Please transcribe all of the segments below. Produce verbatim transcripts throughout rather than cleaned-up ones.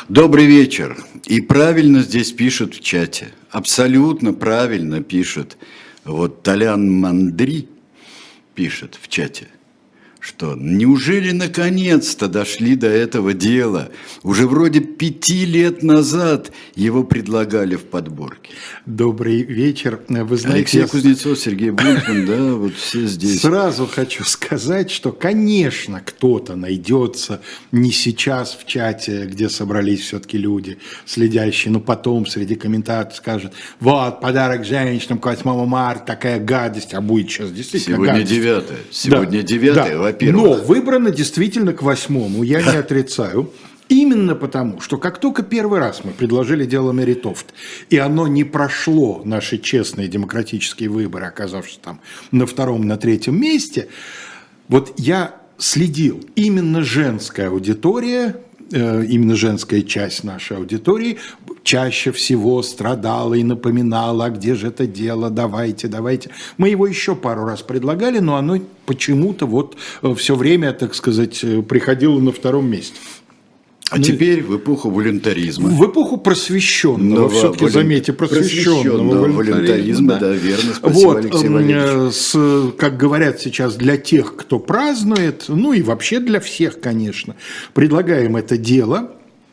Добрый вечер. И правильно здесь пишут в чате. Абсолютно правильно пишет. Вот Толян Мандри пишет в чате, что неужели наконец-то дошли до этого дела? Уже вроде пяти лет назад его предлагали в подборке. Добрый вечер. Вы знаете, Алексей я... Кузнецов, Сергей Бунтман, да, вот все здесь. Сразу хочу сказать, что, конечно, кто-то найдется не сейчас в чате, где собрались все-таки люди, следящие, но потом среди комментаторов скажут: вот, подарок женщинам к восьмому марта, такая гадость, а будет сейчас действительно Сегодня гадость. девятое. Сегодня да, девятое, да. во-первых. Но выбрано действительно к восьмому, я не отрицаю. Именно потому, что как только первый раз мы предложили дело Мэри Тофт, и оно не прошло наши честные демократические выборы, оказавшись там на втором, на третьем месте, вот я следил, именно женская аудитория, именно женская часть нашей аудитории чаще всего страдала и напоминала: а где же это дело, давайте, давайте. Мы его еще пару раз предлагали, но оно почему-то вот все время, так сказать, приходило на втором месте. А ну, теперь в эпоху волюнтаризма. В эпоху просвещенного, все-таки, волю... заметьте, просвещенного, просвещенного волюнтаризма, да. да, верно, спасибо, вот, Алексей Валерьевич. С, как говорят сейчас, для тех, кто празднует, ну и вообще для всех, конечно, предлагаем это дело.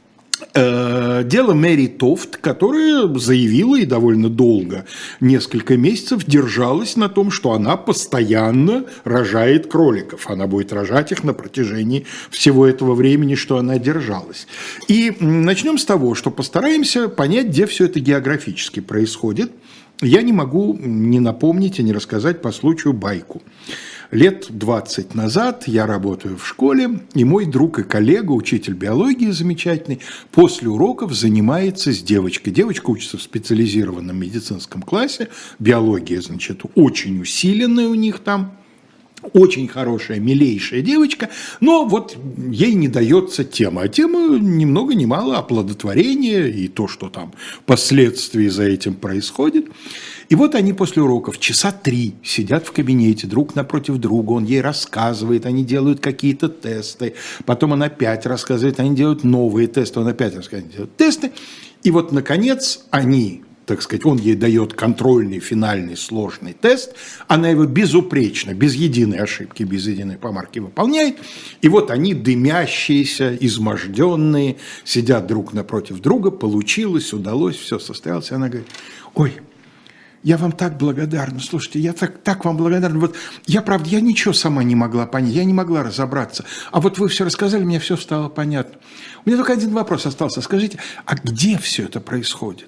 Дело Мэри Тофт, которая заявила и довольно долго, несколько месяцев, держалась на том, что она постоянно рожает кроликов. Она будет рожать их на протяжении всего этого времени, что она держалась. И начнем с того, что постараемся понять, где все это географически происходит. Я не могу не напомнить и не рассказать по случаю байку. Лет двадцать назад я работаю в школе, и мой друг и коллега, учитель биологии замечательный, после уроков занимается с девочкой. Девочка учится в специализированном медицинском классе, биология, значит, очень усиленная у них там. Очень хорошая, милейшая девочка, но вот ей не дается тема. А тема ни много ни мало оплодотворение и то, что там впоследствии за этим происходит. И вот они после уроков часа три сидят в кабинете друг напротив друга, он ей рассказывает, они делают какие-то тесты, потом он опять рассказывает, они делают новые тесты, он опять рассказывает, они делают тесты. И вот, наконец, они... так сказать, он ей дает контрольный, финальный, сложный тест, она его безупречно, без единой ошибки, без единой помарки выполняет, и вот они, дымящиеся, изможденные, сидят друг напротив друга, получилось, удалось, все состоялось, и она говорит: ой, я вам так благодарна, слушайте, я так, так вам благодарна, вот я, правда, я ничего сама не могла понять, я не могла разобраться, а вот вы все рассказали, мне все стало понятно. У меня только один вопрос остался, скажите, а где все это происходит?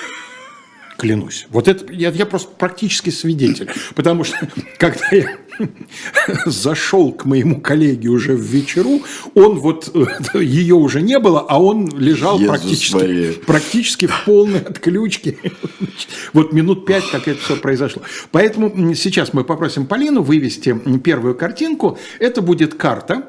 Клянусь. Вот это я, я просто практически свидетель. Потому что, когда я зашел к моему коллеге уже в вечеру, он вот, ее уже не было, а он лежал практически, практически в полной отключке. Вот минут пять, как это все произошло. Поэтому сейчас мы попросим Полину вывести первую картинку. Это будет карта.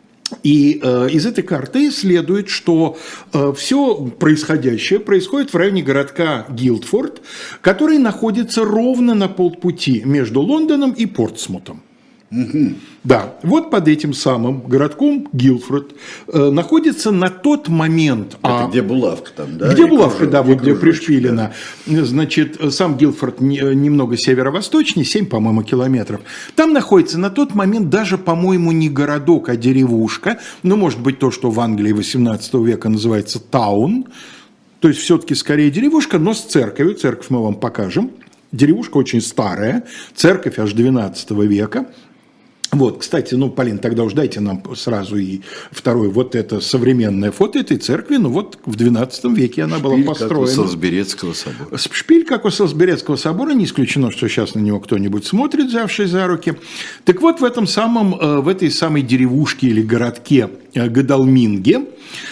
И э, из этой карты следует, что э, все происходящее происходит в районе городка Гилдфорд, который находится ровно на полпути между Лондоном и Портсмутом. Угу. Да, вот под этим самым городком Гилдфорд э, находится на тот момент... Это а, где булавка там, да? Где булавка, кружок, да, вот где пришпилена. Да. Значит, сам Гилдфорд не, немного северо-восточнее, семь, по-моему, километров. Там находится на тот момент даже, по-моему, не городок, а деревушка. Ну, может быть, то, что в Англии восемнадцатого века называется таун. То есть, все-таки скорее деревушка, но с церковью. Церковь мы вам покажем. Деревушка очень старая. Церковь аж двенадцатого века. Вот, кстати, ну, Полин, тогда уж дайте нам сразу и второе, вот это современное фото этой церкви, ну, вот в двенадцатом веке она была построена. Шпиль, как у Солсберецкого собора. Шпиль, как у Солсберецкого собора, не исключено, что сейчас на него кто-нибудь смотрит, взявшись за руки. Так вот, в этом самом, в этой самой деревушке или городке Годалминге,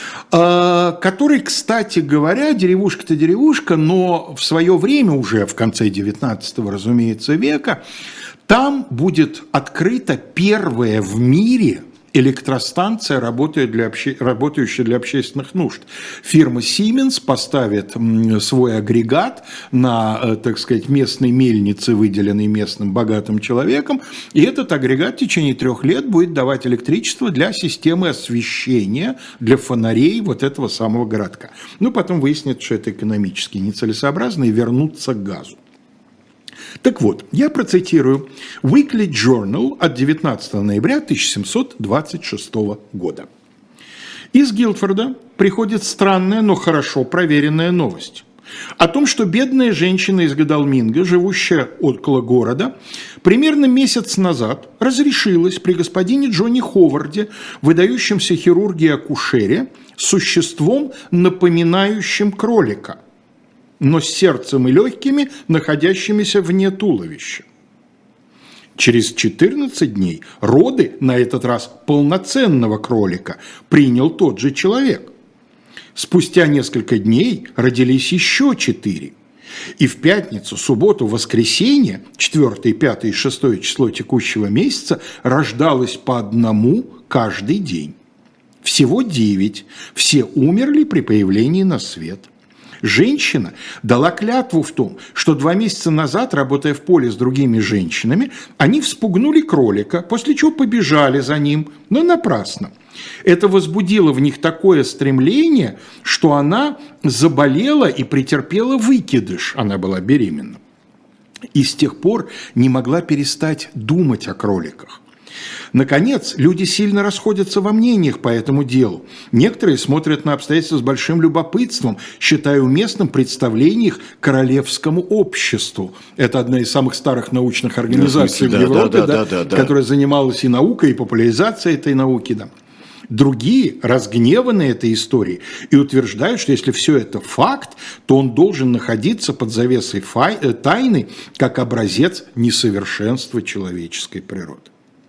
который, кстати говоря, деревушка-то деревушка, но в свое время, уже в конце девятнадцатого, разумеется, века, там будет открыта первая в мире электростанция, работает для обще... работающая для общественных нужд. Фирма Siemens поставит свой агрегат на, так сказать, местной мельнице, выделенной местным богатым человеком, и этот агрегат в течение трех лет будет давать электричество для системы освещения, для фонарей вот этого самого городка. Ну, потом выяснится, что это экономически нецелесообразно, и вернуться к газу. Так вот, я процитирую Weekly Journal от девятнадцатого ноября тысяча семьсот двадцать шестого года. Из Гилдфорда приходит странная, но хорошо проверенная новость о том, что бедная женщина из Годалминга, живущая около города, примерно месяц назад разрешилась при господине Джонни Ховарде, выдающемся хирурге и акушере, существом, напоминающим кролика, но с сердцем и легкими, находящимися вне туловища. Через четырнадцать дней роды, на этот раз полноценного кролика, принял тот же человек. Спустя несколько дней родились еще четыре. И в пятницу, субботу, воскресенье, четвёртое, пятое и шестое число текущего месяца рождалось по одному каждый день. Всего девять. Все умерли при появлении на свет. Женщина дала клятву в том, что два месяца назад, работая в поле с другими женщинами, они вспугнули кролика, после чего побежали за ним, но напрасно. Это возбудило в них такое стремление, что она заболела и претерпела выкидыш, она была беременна. И с тех пор не могла перестать думать о кроликах. Наконец, люди сильно расходятся во мнениях по этому делу. Некоторые смотрят на обстоятельства с большим любопытством, считая уместным представление их королевскому обществу. Это одна из самых старых научных организаций да, в Европе, да, да, да, да, да, которая занималась и наукой, и популяризацией этой науки. Да. Другие разгневаны этой историей и утверждают, что если все это факт, то он должен находиться под завесой тайны как образец несовершенства человеческой природы.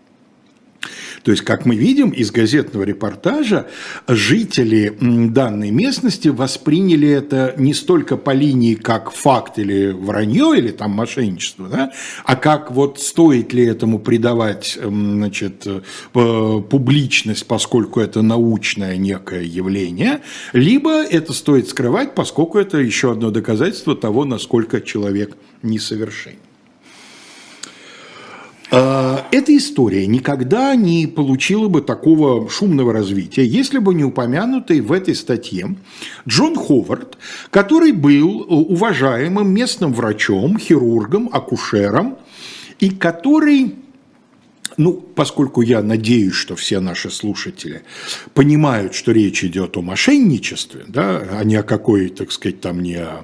То есть, как мы видим из газетного репортажа, жители данной местности восприняли это не столько по линии как факт или вранье, или там мошенничество, да, а как вот стоит ли этому придавать, значит, публичность, поскольку это научное некое явление, либо это стоит скрывать, поскольку это еще одно доказательство того, насколько человек несовершенен. Эта история никогда не получила бы такого шумного развития, если бы не упомянутый в этой статье Джон Ховард, который был уважаемым местным врачом, хирургом, акушером, и который, ну, поскольку я надеюсь, что все наши слушатели понимают, что речь идет о мошенничестве, да, а не о какой, так сказать, там не о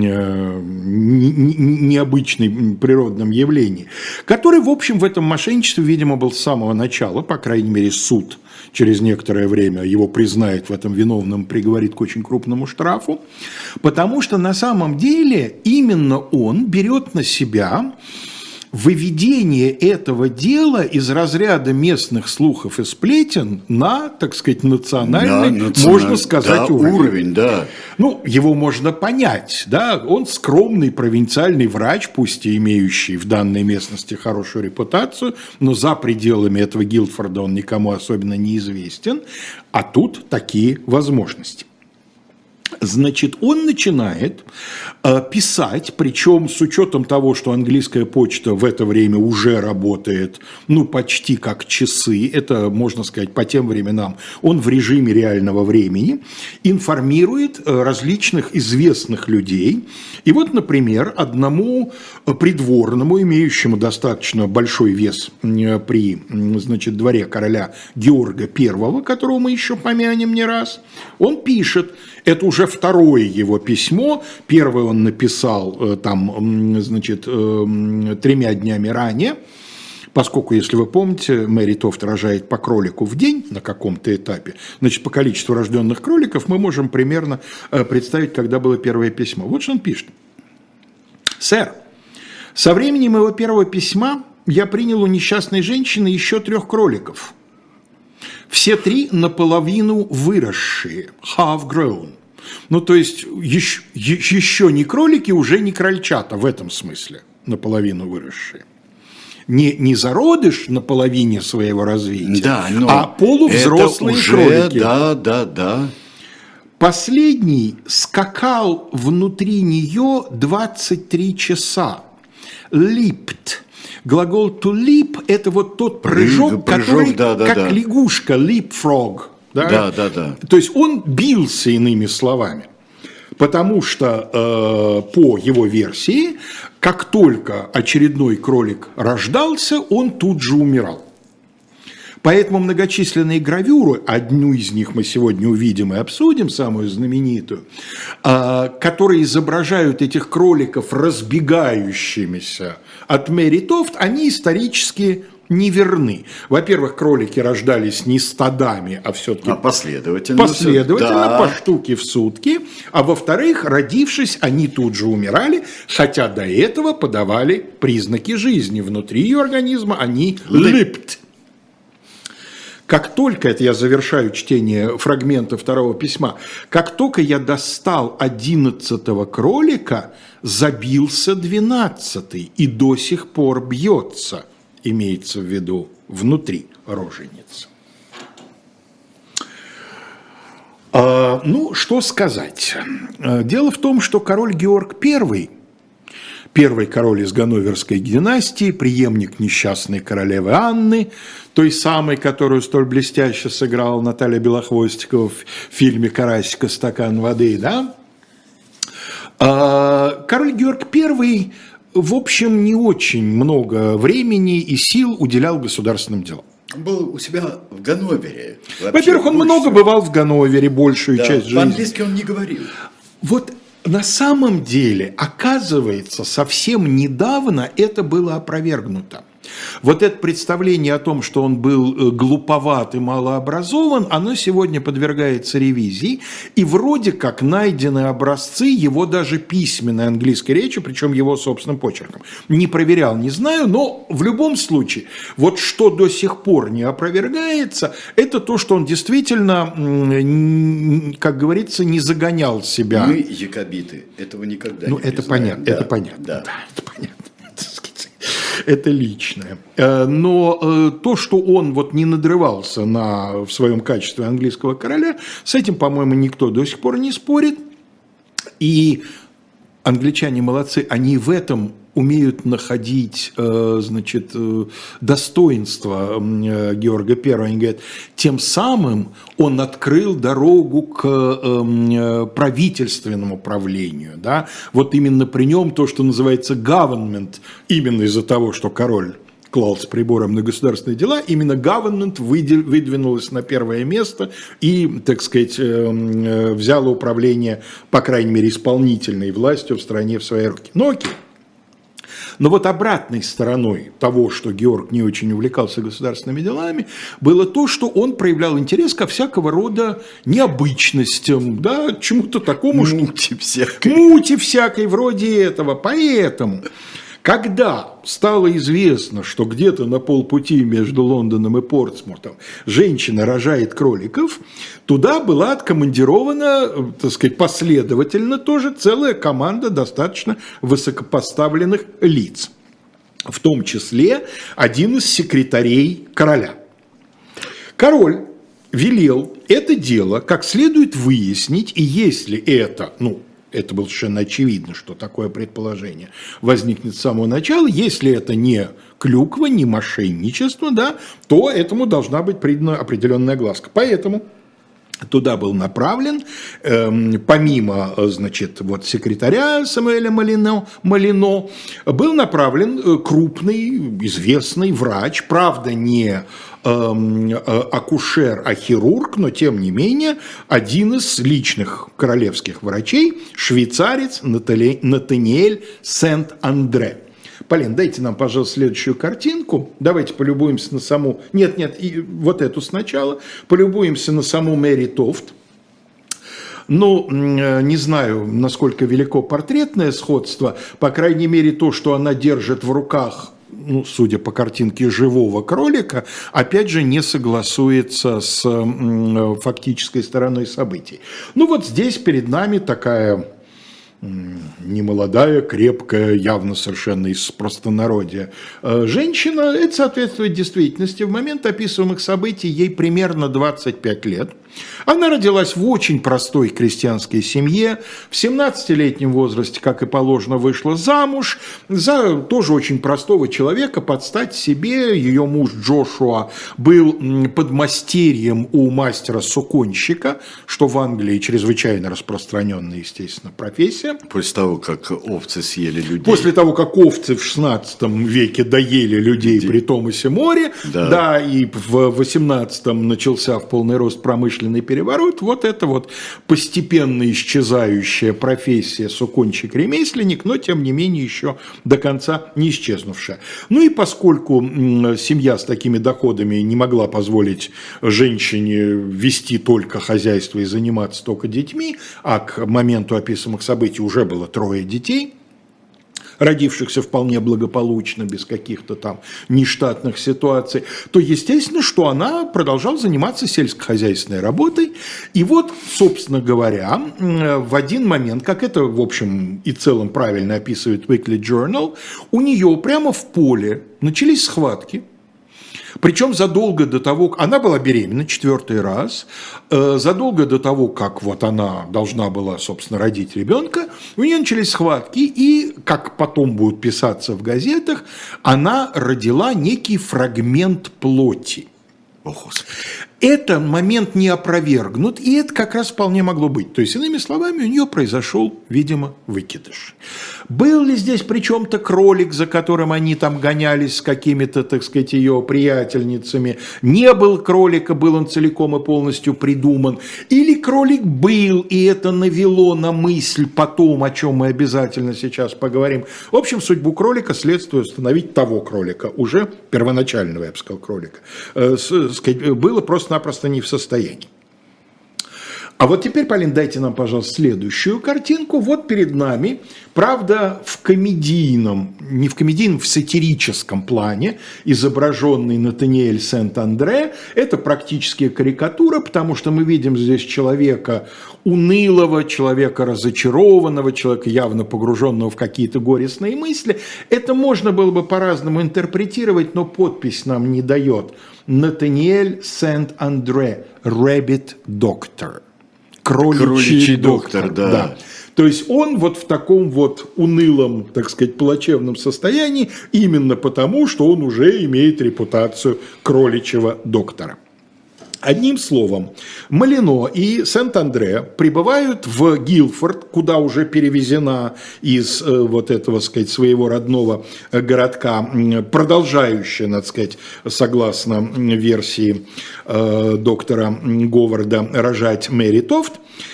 необычном природном явлении, который, в общем, в этом мошенничестве, видимо, был с самого начала, по крайней мере, суд через некоторое время его признает в этом виновным, приговорит к очень крупному штрафу, потому что на самом деле именно он берет на себя выведение этого дела из разряда местных слухов и сплетен на, так сказать, национальный, да, националь... можно сказать, да, уровень. уровень, да. Ну, его можно понять, да, он скромный провинциальный врач, пусть и имеющий в данной местности хорошую репутацию, но за пределами этого Гилдфорда он никому особенно не известен, а тут такие возможности. Значит, он начинает э, писать, причем с учетом того, что английская почта в это время уже работает, ну, почти как часы, это, можно сказать, по тем временам, он в режиме реального времени, информирует э, различных известных людей. И вот, например, одному придворному, имеющему достаточно большой вес э, при, значит, дворе короля Георга Первого, которого мы еще помянем не раз, он пишет. Это уже второе его письмо. Первое он написал там, значит, тремя днями ранее, поскольку, если вы помните, Мэри Тофт рожает по кролику в день на каком-то этапе. Значит, по количеству рожденных кроликов мы можем примерно представить, когда было первое письмо. Вот что он пишет. «Сэр, со времени моего первого письма я принял у несчастной женщины еще трех кроликов. Все три наполовину выросшие, half grown. Ну, то есть, еще, еще не кролики, уже не крольчата в этом смысле, наполовину выросшие. не, не зародыш на половине своего развития, Да, но а полувзрослые это уже, кролики. Да, да, да. Последний скакал внутри нее двадцать три часа. Leaped. Глагол to leap – это вот тот прыжок, Прыжок, который да, да, как да. лягушка, leapfrog. Да? Да, да, да. То есть он бился, иными словами. Потому что э, по его версии, как только очередной кролик рождался, он тут же умирал. Поэтому многочисленные гравюры, одну из них мы сегодня увидим и обсудим, самую знаменитую, которые изображают этих кроликов разбегающимися от Мэри Тофт, они исторически неверны. Во-первых, кролики рождались не стадами, а все-таки а последовательно. последовательно Да. по штуке в сутки. А во-вторых, родившись, они тут же умирали, хотя до этого подавали признаки жизни. Внутри ее организма они leaped. Как только, это я завершаю чтение фрагмента второго письма, как только я достал одиннадцатого кролика, забился двенадцатый и до сих пор бьется, имеется в виду внутри роженицы. А, ну, что сказать. Дело в том, что король Георг I, первый король из Ганноверской династии, преемник несчастной королевы Анны, той самой, которую столь блестяще сыграла Наталья Белохвостикова в фильме «Карасика. Стакан воды», да? Король Георг I, в общем, не очень много времени и сил уделял государственным делам. Он был у себя в Ганновере. Во-первых, он больше. много бывал в Ганновере, большую Да, часть жизни. по-английски он не говорил. Вот на самом деле, оказывается, совсем недавно это было опровергнуто. Вот это представление о том, что он был глуповат и малообразован, оно сегодня подвергается ревизии, и вроде как найдены образцы его даже письменной английской речи, причем его собственным почерком. Не проверял, не знаю, но в любом случае, вот что до сих пор не опровергается, это то, что он действительно, как говорится, не загонял себя. Мы, якобиты, этого никогда ну, не это признаем. понятно, Да, это понятно, да. да, это понятно. Это личное. Но то, что он вот не надрывался на, в своем качестве английского короля, с этим, по-моему, никто до сих пор не спорит. И англичане молодцы, они в этом умеют находить, значит, достоинство Георга Первого. Они говорят, тем самым он открыл дорогу к правительственному правлению. Да? Вот именно при нем то, что называется government, именно из-за того, что король клал с прибором на государственные дела, именно government выдвинулось на первое место и, так сказать, взяло управление, по крайней мере, исполнительной властью в стране в свои руки. Но окей. Но вот обратной стороной того, что Георг не очень увлекался государственными делами, было то, что он проявлял интерес ко всякого рода необычностям, да, чему-то такому, Мути всякой. мути всякой вроде этого. Поэтому, когда стало известно, что где-то на полпути между Лондоном и Портсмутом женщина рожает кроликов, туда была откомандирована, так сказать, последовательно тоже целая команда достаточно высокопоставленных лиц, в том числе один из секретарей короля. Король велел это дело как следует выяснить, и если это, ну, это было совершенно очевидно, что такое предположение возникнет с самого начала. Если это не клюква, не мошенничество, да, то этому должна быть придана определенная огласка. Поэтому туда был направлен, э, помимо, значит, вот секретаря Самуэля Малино, Малино, был направлен крупный, известный врач, правда, не акушер, а хирург, но тем не менее один из личных королевских врачей, швейцарец Натаниэль Сент-Андре. Полин, дайте нам, пожалуйста, следующую картинку. Давайте полюбуемся на саму... Нет, нет, и вот эту сначала. Полюбуемся на саму Мэри Тофт. Ну, не знаю, насколько велико портретное сходство. По крайней мере, то, что она держит в руках, ну, судя по картинке, живого кролика, опять же, не согласуется с фактической стороной событий. Ну, вот здесь перед нами такая немолодая, крепкая, явно совершенно из простонародья женщина. Это соответствует действительности. В момент описываемых событий ей примерно двадцать пять лет. Она родилась в очень простой крестьянской семье. В семнадцатилетнем возрасте, как и положено, вышла замуж за тоже очень простого человека под стать себе. Ее муж Джошуа был подмастерьем у мастера-суконщика, что в Англии чрезвычайно распространенная, естественно, профессия. После того, как овцы съели людей. После того, как овцы в шестнадцатом веке доели людей, людей. при Томасе Море, да. да, и в восемнадцатом начался в полный рост промышленный переворот, вот это вот постепенно исчезающая профессия суконщик-ремесленник, но тем не менее еще до конца не исчезнувшая. Ну и поскольку семья с такими доходами не могла позволить женщине вести только хозяйство и заниматься только детьми, а к моменту описанных событий уже было трое детей, родившихся вполне благополучно, без каких-то там нештатных ситуаций, то естественно, что она продолжала заниматься сельскохозяйственной работой. И вот, собственно говоря, в один момент, как это, в общем и целом правильно описывает Weekly Journal, у нее прямо в поле начались схватки. Причем задолго до того, она была беременна четвертый раз, задолго до того, как вот она должна была, собственно, родить ребенка, у нее начались схватки, и, как потом будет писаться в газетах, она родила некий фрагмент плоти. О, Господи. Это момент не опровергнут, и это как раз вполне могло быть. То есть, иными словами, у нее произошел, видимо, выкидыш. Был ли здесь при чем-то кролик, за которым они там гонялись с какими-то, так сказать, ее приятельницами? Не был кролика, был он целиком и полностью придуман. Или кролик был, и это навело на мысль потом, о чем мы обязательно сейчас поговорим. В общем, судьбу кролика следствие установить того кролика, уже первоначального, я бы сказал, кролика, было просто-напросто не в состоянии. А вот теперь, Полин, дайте нам, пожалуйста, следующую картинку. Вот перед нами, правда, в комедийном, не в комедийном, в сатирическом плане изображенный Натаниэль Сент-Андре. Это практически карикатура, потому что мы видим здесь человека унылого, человека разочарованного, человека явно погруженного в какие-то горестные мысли. Это можно было бы по-разному интерпретировать, но подпись нам не дает. Натаниэль Сент-Андре, Rabbit Doctor. Кроличий, Кроличий доктор, доктор да. да. То есть он вот в таком вот унылом, так сказать, плачевном состоянии, именно потому, что он уже имеет репутацию кроличьего доктора. Одним словом, Малино и Сент-Андре прибывают в Гилфорд, куда уже перевезена из э, вот этого, сказать, своего родного городка, продолжающая, надо сказать, согласно версии э, доктора Говарда, рожать Мэри Тофт.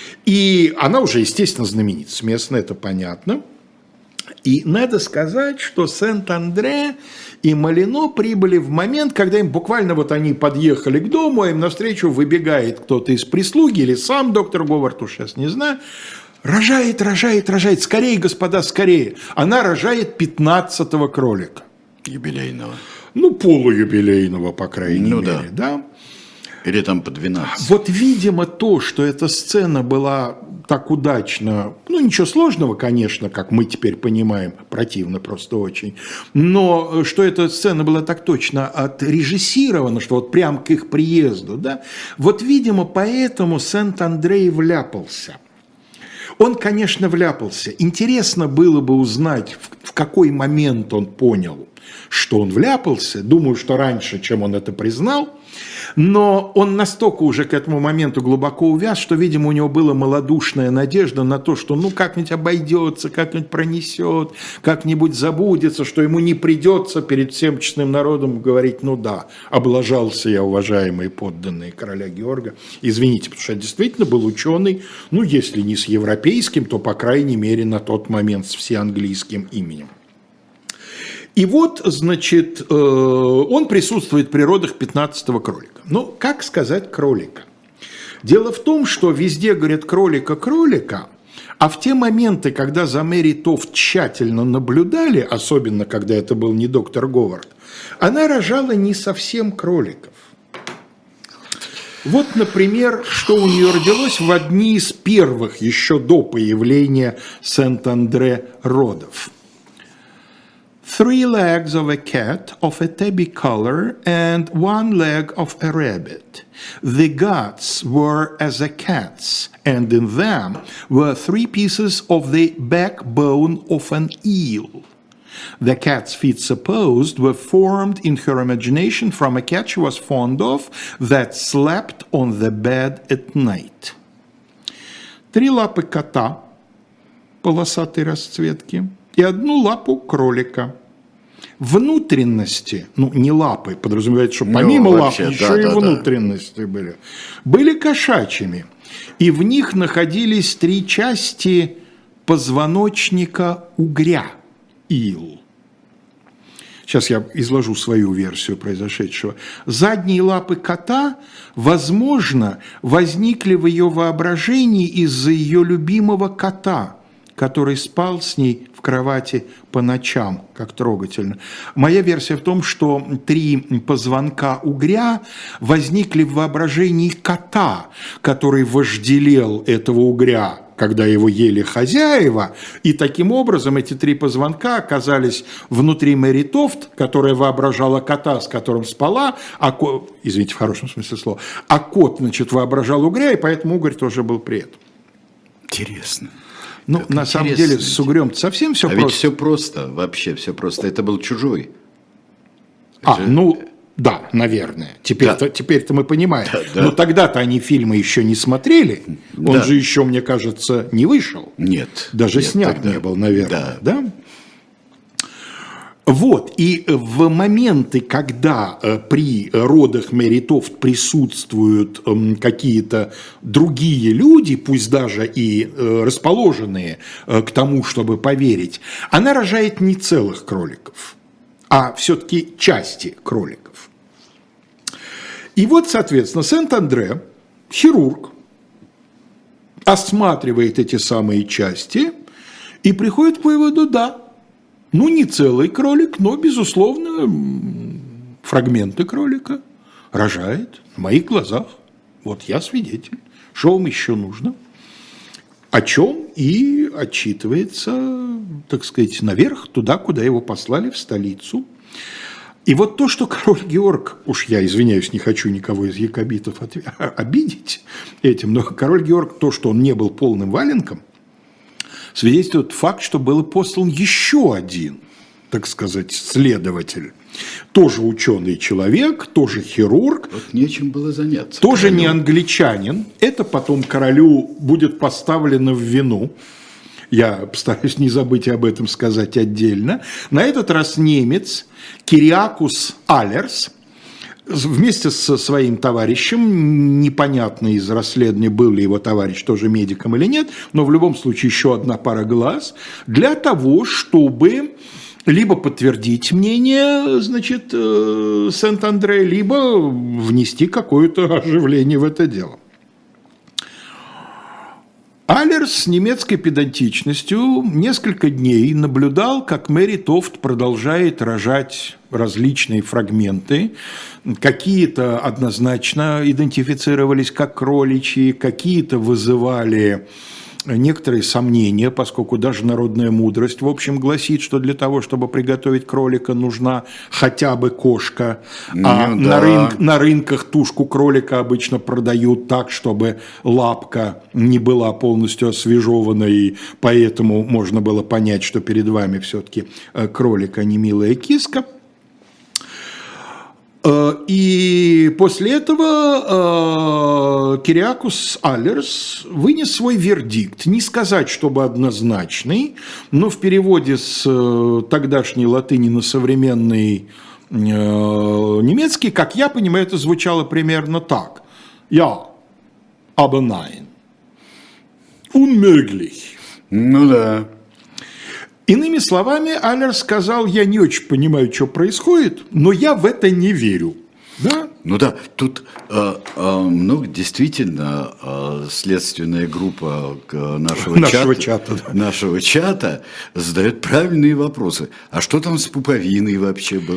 И она уже, естественно, знаменица местная, это понятно. И надо сказать, что Сент-Андре и Малино прибыли в момент, когда им буквально вот они подъехали к дому, а им навстречу выбегает кто-то из прислуги или сам доктор Говард, уж сейчас не знаю, рожает, рожает, рожает, скорее, господа, скорее. Она рожает пятнадцатого кролика. Юбилейного. Ну, полуюбилейного, по крайней ну, мере, да. да. Или там по двенадцать. Вот, видимо, то, что эта сцена была так удачно, ну, ничего сложного, конечно, как мы теперь понимаем, противно просто очень, но что эта сцена была так точно отрежиссирована, что вот прям к их приезду, да, вот, видимо, поэтому Сент-Андре вляпался. Он, конечно, вляпался. Интересно было бы узнать, в какой момент он понял, что он вляпался. Думаю, что раньше, чем он это признал. Но он настолько уже к этому моменту глубоко увяз, что, видимо, у него была малодушная надежда на то, что ну как-нибудь обойдется, как-нибудь пронесет, как-нибудь забудется, что ему не придется перед всем честным народом говорить, ну да, облажался я, уважаемые подданные короля Георга. Извините, потому что я действительно был ученый, ну если не с европейским, то, по крайней мере, на тот момент с всеанглийским именем. И вот, значит, он присутствует при родах пятнадцатого кролика. Ну, как сказать кролика? Дело в том, что везде говорят кролика-кролика, а в те моменты, когда за Мэри Тофт тщательно наблюдали, особенно когда это был не доктор Говард, она рожала не совсем кроликов. Вот, например, что у нее родилось в одни из первых, еще до появления Сент-Андре, родов. Three legs of a cat of a tabby color and one leg of a rabbit. The guts were as a cat's, and in them were three pieces of the backbone of an eel. The cat's feet supposed were formed in her imagination from a cat she was fond of that slept on the bed at night. Три лапы кота полосатой расцветки и одну лапу кролика. Внутренности, ну не лапы, подразумевается, что помимо ну, вообще, лап еще да, и да, внутренности да. были, были кошачьими. И в них находились три части позвоночника угря, ил. Сейчас я изложу свою версию произошедшего. Задние лапы кота, возможно, возникли в ее воображении из-за ее любимого кота, который спал с ней в кровати по ночам, как трогательно. Моя версия в том, что три позвонка угря возникли в воображении кота, который вожделел этого угря, когда его ели хозяева, и таким образом эти три позвонка оказались внутри Мэри Тофт, которая воображала кота, с которым спала, а кот, извините, в хорошем смысле слова, а кот, значит, воображал угря, и поэтому угорь тоже был при этом. Интересно. Ну, как на самом деле, с угрем совсем все а просто. Ведь все просто, вообще все просто. Это был чужой. А, Это... ну, да, наверное. Теперь-то, да. теперь-то мы понимаем. Да, да. Но тогда-то они фильмы еще не смотрели. Он да. же еще, мне кажется, не вышел. Нет. Даже нет, снят тогда. не был, наверное. Да. да? Вот, и в моменты, когда при родах Мэри Тофт присутствуют какие-то другие люди, пусть даже и расположенные к тому, чтобы поверить, она рожает не целых кроликов, а все-таки части кроликов. И вот, соответственно, Сент-Андре, хирург, осматривает эти самые части и приходит к выводу, да, ну, не целый кролик, но, безусловно, фрагменты кролика рожает на моих глазах. Вот я свидетель. Что вам еще нужно? О чем и отчитывается, так сказать, наверх, туда, куда его послали, в столицу. И вот то, что король Георг, уж я извиняюсь, не хочу никого из якобитов обидеть этим, но король Георг, то, что он не был полным валенком, свидетельствует факт, что был послан еще один, так сказать, следователь. Тоже ученый человек, тоже хирург. Вот нечем было заняться. Тоже королю. Не англичанин. Это потом королю будет поставлено в вину. Я постараюсь не забыть об этом сказать отдельно. На этот раз немец Кириакус Алерс вместе со своим товарищем, непонятно из расследования, был ли его товарищ тоже медиком или нет, но в любом случае еще одна пара глаз, для того, чтобы либо подтвердить мнение, значит, Сент-Андре, либо внести какое-то оживление в это дело. Алерс с немецкой педантичностью несколько дней наблюдал, как Мэри Тофт продолжает рожать различные фрагменты. Какие-то однозначно идентифицировались как кроличьи, какие-то вызывали некоторые сомнения, поскольку даже народная мудрость, в общем, гласит, что для того, чтобы приготовить кролика, нужна хотя бы кошка. Ну, а да. на, рынк, на рынках тушку кролика обычно продают так, чтобы лапка не была полностью освежевана, и поэтому можно было понять, что перед вами все-таки кролик, а не милая киска. И после этого Кириакус Алерс вынес свой вердикт. Не сказать, чтобы однозначный, но в переводе с тогдашней латыни на современный немецкий, как я понимаю, это звучало примерно так. Ja, aber nein. Unmöglich. Ну да. Иными словами, Алерс сказал, я не очень понимаю, что происходит, но я в это не верю. Да? Ну да, тут э, э, ну, действительно э, следственная группа нашего, нашего чата, чата, да. нашего чата задает правильные вопросы. А что там с пуповиной вообще было?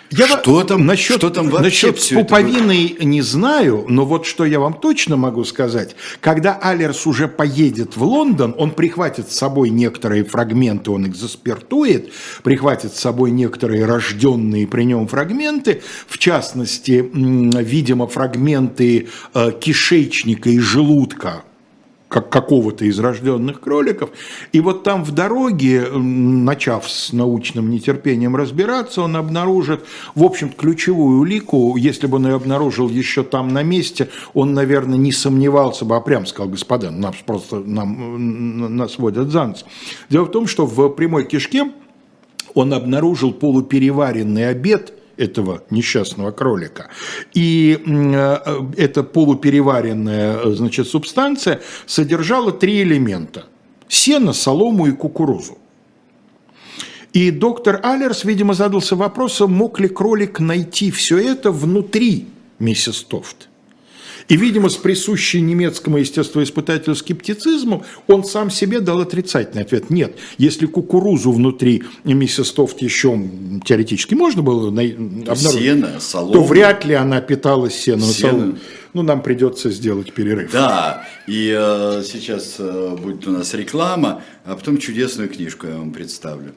Я что там, насчет, что там вообще насчет все пуповины это... не знаю, но вот что я вам точно могу сказать. Когда Алерс уже поедет в Лондон, он прихватит с собой некоторые фрагменты, он их заспиртует, прихватит с собой некоторые рожденные при нем фрагменты, в частности, видимо, фрагменты кишечника и желудка, как какого-то из рожденных кроликов. И вот там в дороге, начав с научным нетерпением разбираться, он обнаружит, в общем, ключевую улику. Если бы он ее обнаружил еще там на месте, он, наверное, не сомневался бы, а прям сказал: господа, нас просто нам, нас водят за нос. Дело в том, что в прямой кишке он обнаружил полупереваренный обед этого несчастного кролика. И эта полупереваренная, значит, субстанция содержала три элемента: сено, солому и кукурузу. И доктор Алерс, видимо, задался вопросом, мог ли кролик найти все это внутри миссис Тофт. И, видимо, с присущей немецкому естествоиспытателю скептицизму он сам себе дал отрицательный ответ. Нет, если кукурузу внутри миссис Тофт еще теоретически можно было обнаружить, Сено, солома, то вряд ли она питалась сеном и сено. соломой. Ну, нам придется сделать перерыв. Да, и э, сейчас э, будет у нас реклама, а потом чудесную книжку я вам представлю.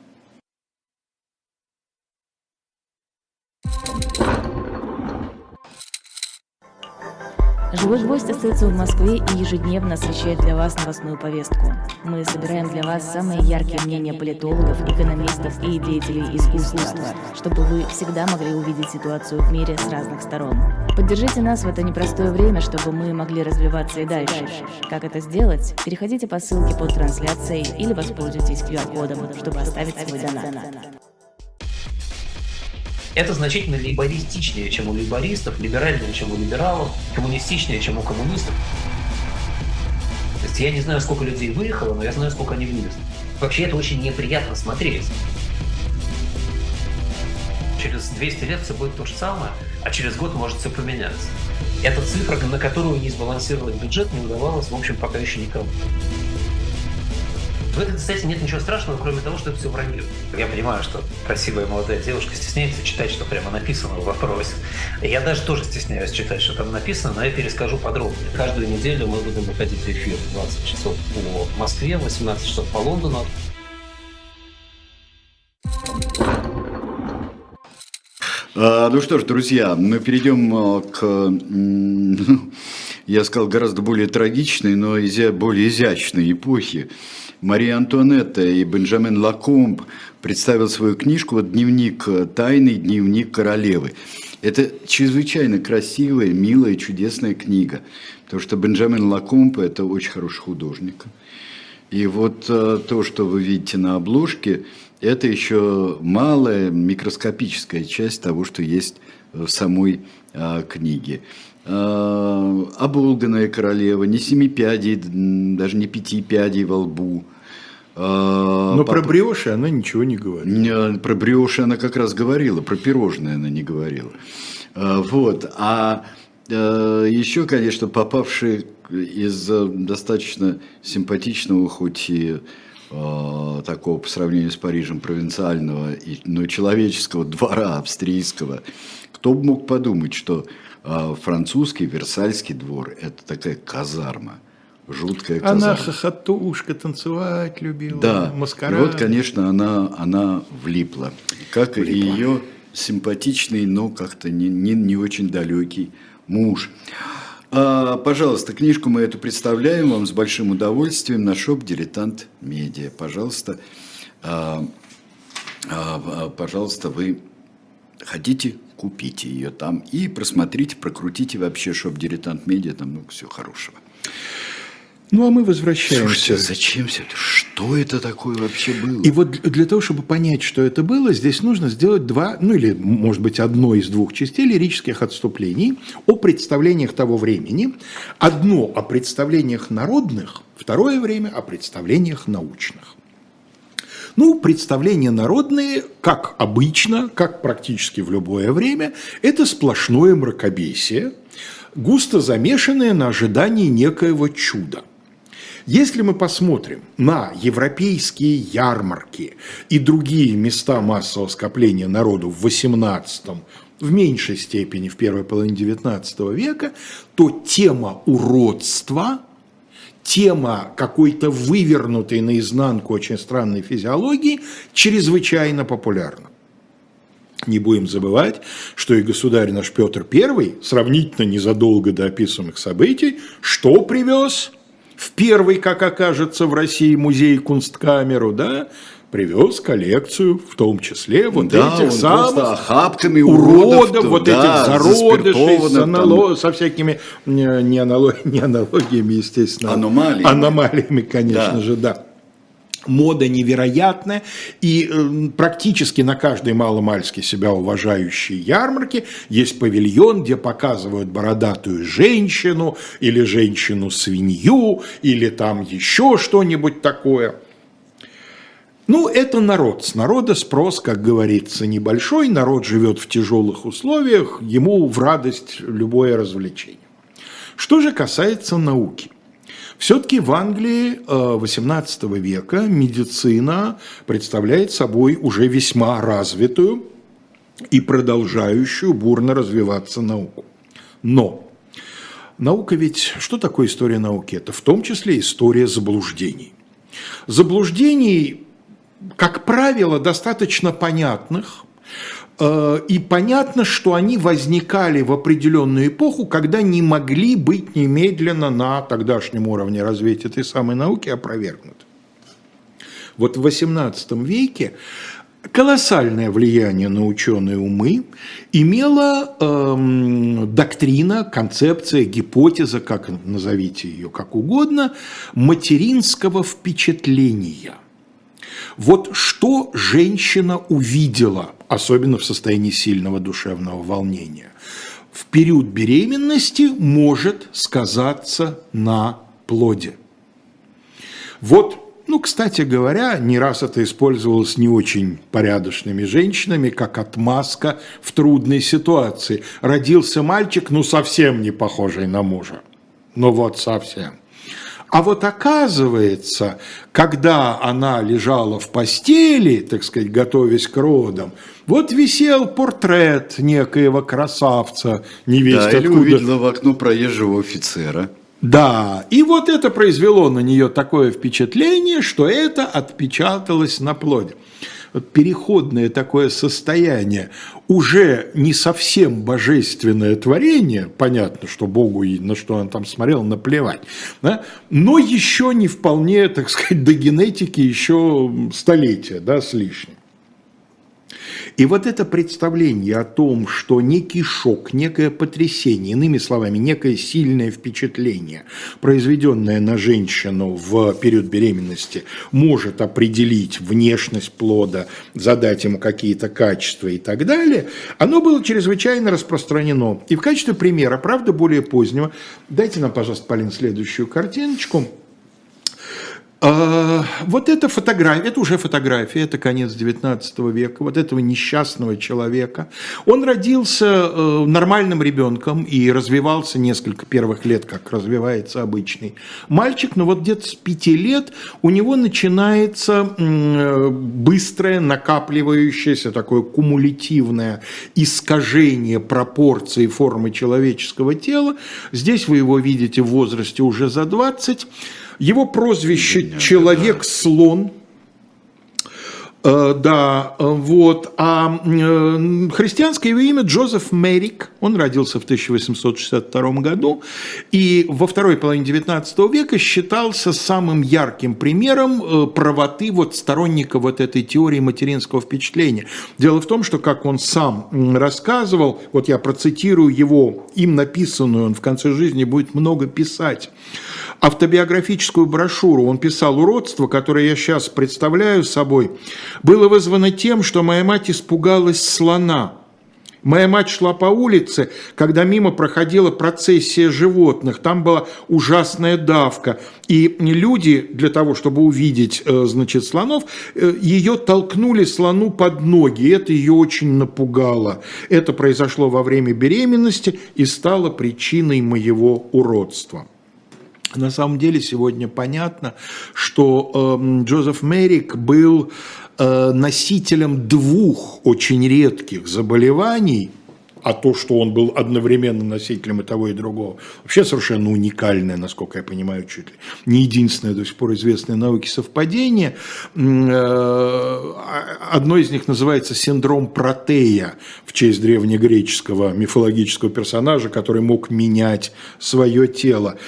«Живой гвоздь» остается в Москве и ежедневно освещает для вас новостную повестку. Мы собираем для вас самые яркие мнения политологов, экономистов и деятелей искусства, чтобы вы всегда могли увидеть ситуацию в мире с разных сторон. Поддержите нас в это непростое время, чтобы мы могли развиваться и дальше. Как это сделать? Переходите по ссылке под трансляцией или воспользуйтесь ку ар-кодом, чтобы оставить свой донат. Это значительно лейбористичнее, чем у лейбористов, либеральнее, чем у либералов, коммунистичнее, чем у коммунистов. То есть я не знаю, сколько людей выехало, но я знаю, сколько они влезли. Вообще это очень неприятно смотреть. Через двести лет все будет то же самое, а через год может все поменяться. Это цифра, на которую не сбалансировать бюджет не удавалось, в общем, пока еще никому. В этой цитате нет ничего страшного, кроме того, что это все вранье. Я понимаю, что красивая молодая девушка стесняется читать, что прямо написано в вопросе. Я даже тоже стесняюсь читать, что там написано, но я перескажу подробнее. Каждую неделю мы будем выходить в эфир в двадцать часов по Москве, восемнадцать часов по Лондону. А, ну что ж, друзья, мы перейдем к, я сказал, гораздо более трагичной, но изя, более изящной эпохи. Мария Антуанетта и Бенджамин Лакомб представил свою книжку вот «Дневник тайный, дневник королевы». Это чрезвычайно красивая, милая, чудесная книга, потому что Бенджамин Лакомб – это очень хороший художник. И вот то, что вы видите на обложке, это еще малая микроскопическая часть того, что есть в самой а, книге. А, оболганная королева, не семи пядей, даже не пяти пядей во лбу. А, Но пап... про бреши она ничего не говорила. Про бреши она как раз говорила, про пирожные она не говорила. А, вот. А, а еще, конечно, попавшие из достаточно симпатичного, хоть и такого по сравнению с Парижем провинциального, но человеческого двора австрийского. Кто бы мог подумать, что французский Версальский двор – это такая казарма, жуткая казарма. Она хохотушка, танцевать любила, да. маскарад. И вот, конечно, она, она влипла. Как влипла. И ее симпатичный, но как-то не, не, не очень далекий муж. А, пожалуйста, книжку мы эту представляем вам с большим удовольствием на шоп «Дилетант Медиа». Пожалуйста, а, а, пожалуйста, вы хотите, купите ее там и просмотрите, прокрутите вообще шоп «Дилетант Медиа», там много всего хорошего. Ну, а мы возвращаемся. Слушайте, зачем все это? Что это такое вообще было? И вот для того, чтобы понять, что это было, здесь нужно сделать два, ну или, может быть, одно из двух частей лирических отступлений о представлениях того времени. Одно о представлениях народных, второе время о представлениях научных. Ну, представления народные, как обычно, как практически в любое время, это сплошное мракобесие, густо замешанное на ожидании некоего чуда. Если мы посмотрим на европейские ярмарки и другие места массового скопления народу в восемнадцатом, в меньшей степени в первой половине девятнадцатого века, то тема уродства, тема какой-то вывернутой наизнанку очень странной физиологии чрезвычайно популярна. Не будем забывать, что и государь наш Петр Первый, сравнительно незадолго до описанных событий, что привез в первый, как окажется, в России музей Кунсткамеру, да, привез коллекцию, в том числе вот да, этих самых охапками уродов, уродов, вот да, этих зародышей, с анало... там... со всякими не, анало... не аналогиями, естественно, аномалиями, аномалиями конечно да. же, да. Мода невероятная, и э, практически на каждой маломальски себя уважающей ярмарке есть павильон, где показывают бородатую женщину, или женщину-свинью, или там еще что-нибудь такое. Ну, это народ. С народа спрос, как говорится, небольшой. Народ живет в тяжелых условиях, ему в радость любое развлечение. Что же касается науки. Все-таки в Англии восемнадцатого века медицина представляет собой уже весьма развитую и продолжающую бурно развиваться науку. Но наука ведь... Что такое история науки? Это в том числе история заблуждений. Заблуждений, как правило, достаточно понятных, и понятно, что они возникали в определенную эпоху, когда не могли быть немедленно на тогдашнем уровне развития этой самой науки опровергнуты. Вот в восемнадцатом веке колоссальное влияние на ученые умы имела эм, доктрина, концепция, гипотеза, как назовите ее как угодно, материнского впечатления. Вот что женщина увидела, особенно в состоянии сильного душевного волнения, в период беременности может сказаться на плоде. Вот, ну, кстати говоря, не раз это использовалось не очень порядочными женщинами, как отмазка в трудной ситуации. Родился мальчик, ну, совсем не похожий на мужа. Ну, вот совсем. А вот оказывается, когда она лежала в постели, так сказать, готовясь к родам, вот висел портрет некоего красавца, не весть да, откуда. Или увидела в окно проезжего офицера. Да, и вот это произвело на нее такое впечатление, что это отпечаталось на плоде. Вот переходное такое состояние, уже не совсем божественное творение, понятно, что Богу и на что он там смотрел, наплевать, да? Но еще не вполне, так сказать, до генетики еще столетия, да, с лишним. И вот это представление о том, что некий шок, некое потрясение, иными словами, некое сильное впечатление, произведенное на женщину в период беременности, может определить внешность плода, задать ему какие-то качества и так далее, оно было чрезвычайно распространено. И в качестве примера, правда, более позднего, дайте нам, пожалуйста, Полин, следующую картиночку. Вот эта фотография, это уже фотография, это конец девятнадцатого века, вот этого несчастного человека. Он родился нормальным ребенком и развивался несколько первых лет, как развивается обычный мальчик, но вот где-то с пяти лет у него начинается быстрое, накапливающееся, такое кумулятивное искажение пропорций формы человеческого тела. Здесь вы его видите в возрасте уже за двадцать. Его прозвище «Человек-слон». Да, вот. А христианское его имя Джозеф Меррик. Он родился в тысяча восемьсот шестьдесят втором году и во второй половине девятнадцатого века считался самым ярким примером правоты вот сторонника вот этой теории материнского впечатления. Дело в том, что, как он сам рассказывал, вот я процитирую его, им написанную, он в конце жизни будет много писать, автобиографическую брошюру. Он писал: уродство, которое я сейчас представляю собой, было вызвано тем, что моя мать испугалась слона. Моя мать шла по улице, когда мимо проходила процессия животных, там была ужасная давка, и люди, для того, чтобы увидеть, значит, слонов, ее толкнули слону под ноги, и это ее очень напугало. Это произошло во время беременности и стало причиной моего уродства. На самом деле сегодня понятно, что э, Джозеф Меррик был э, носителем двух очень редких заболеваний, а то, что он был одновременно носителем и того, и другого, вообще совершенно уникальное, насколько я понимаю, чуть ли не единственное до сих пор известное науке совпадение. Одно из них называется синдром Протея, в честь древнегреческого мифологического персонажа, который мог менять свое тело.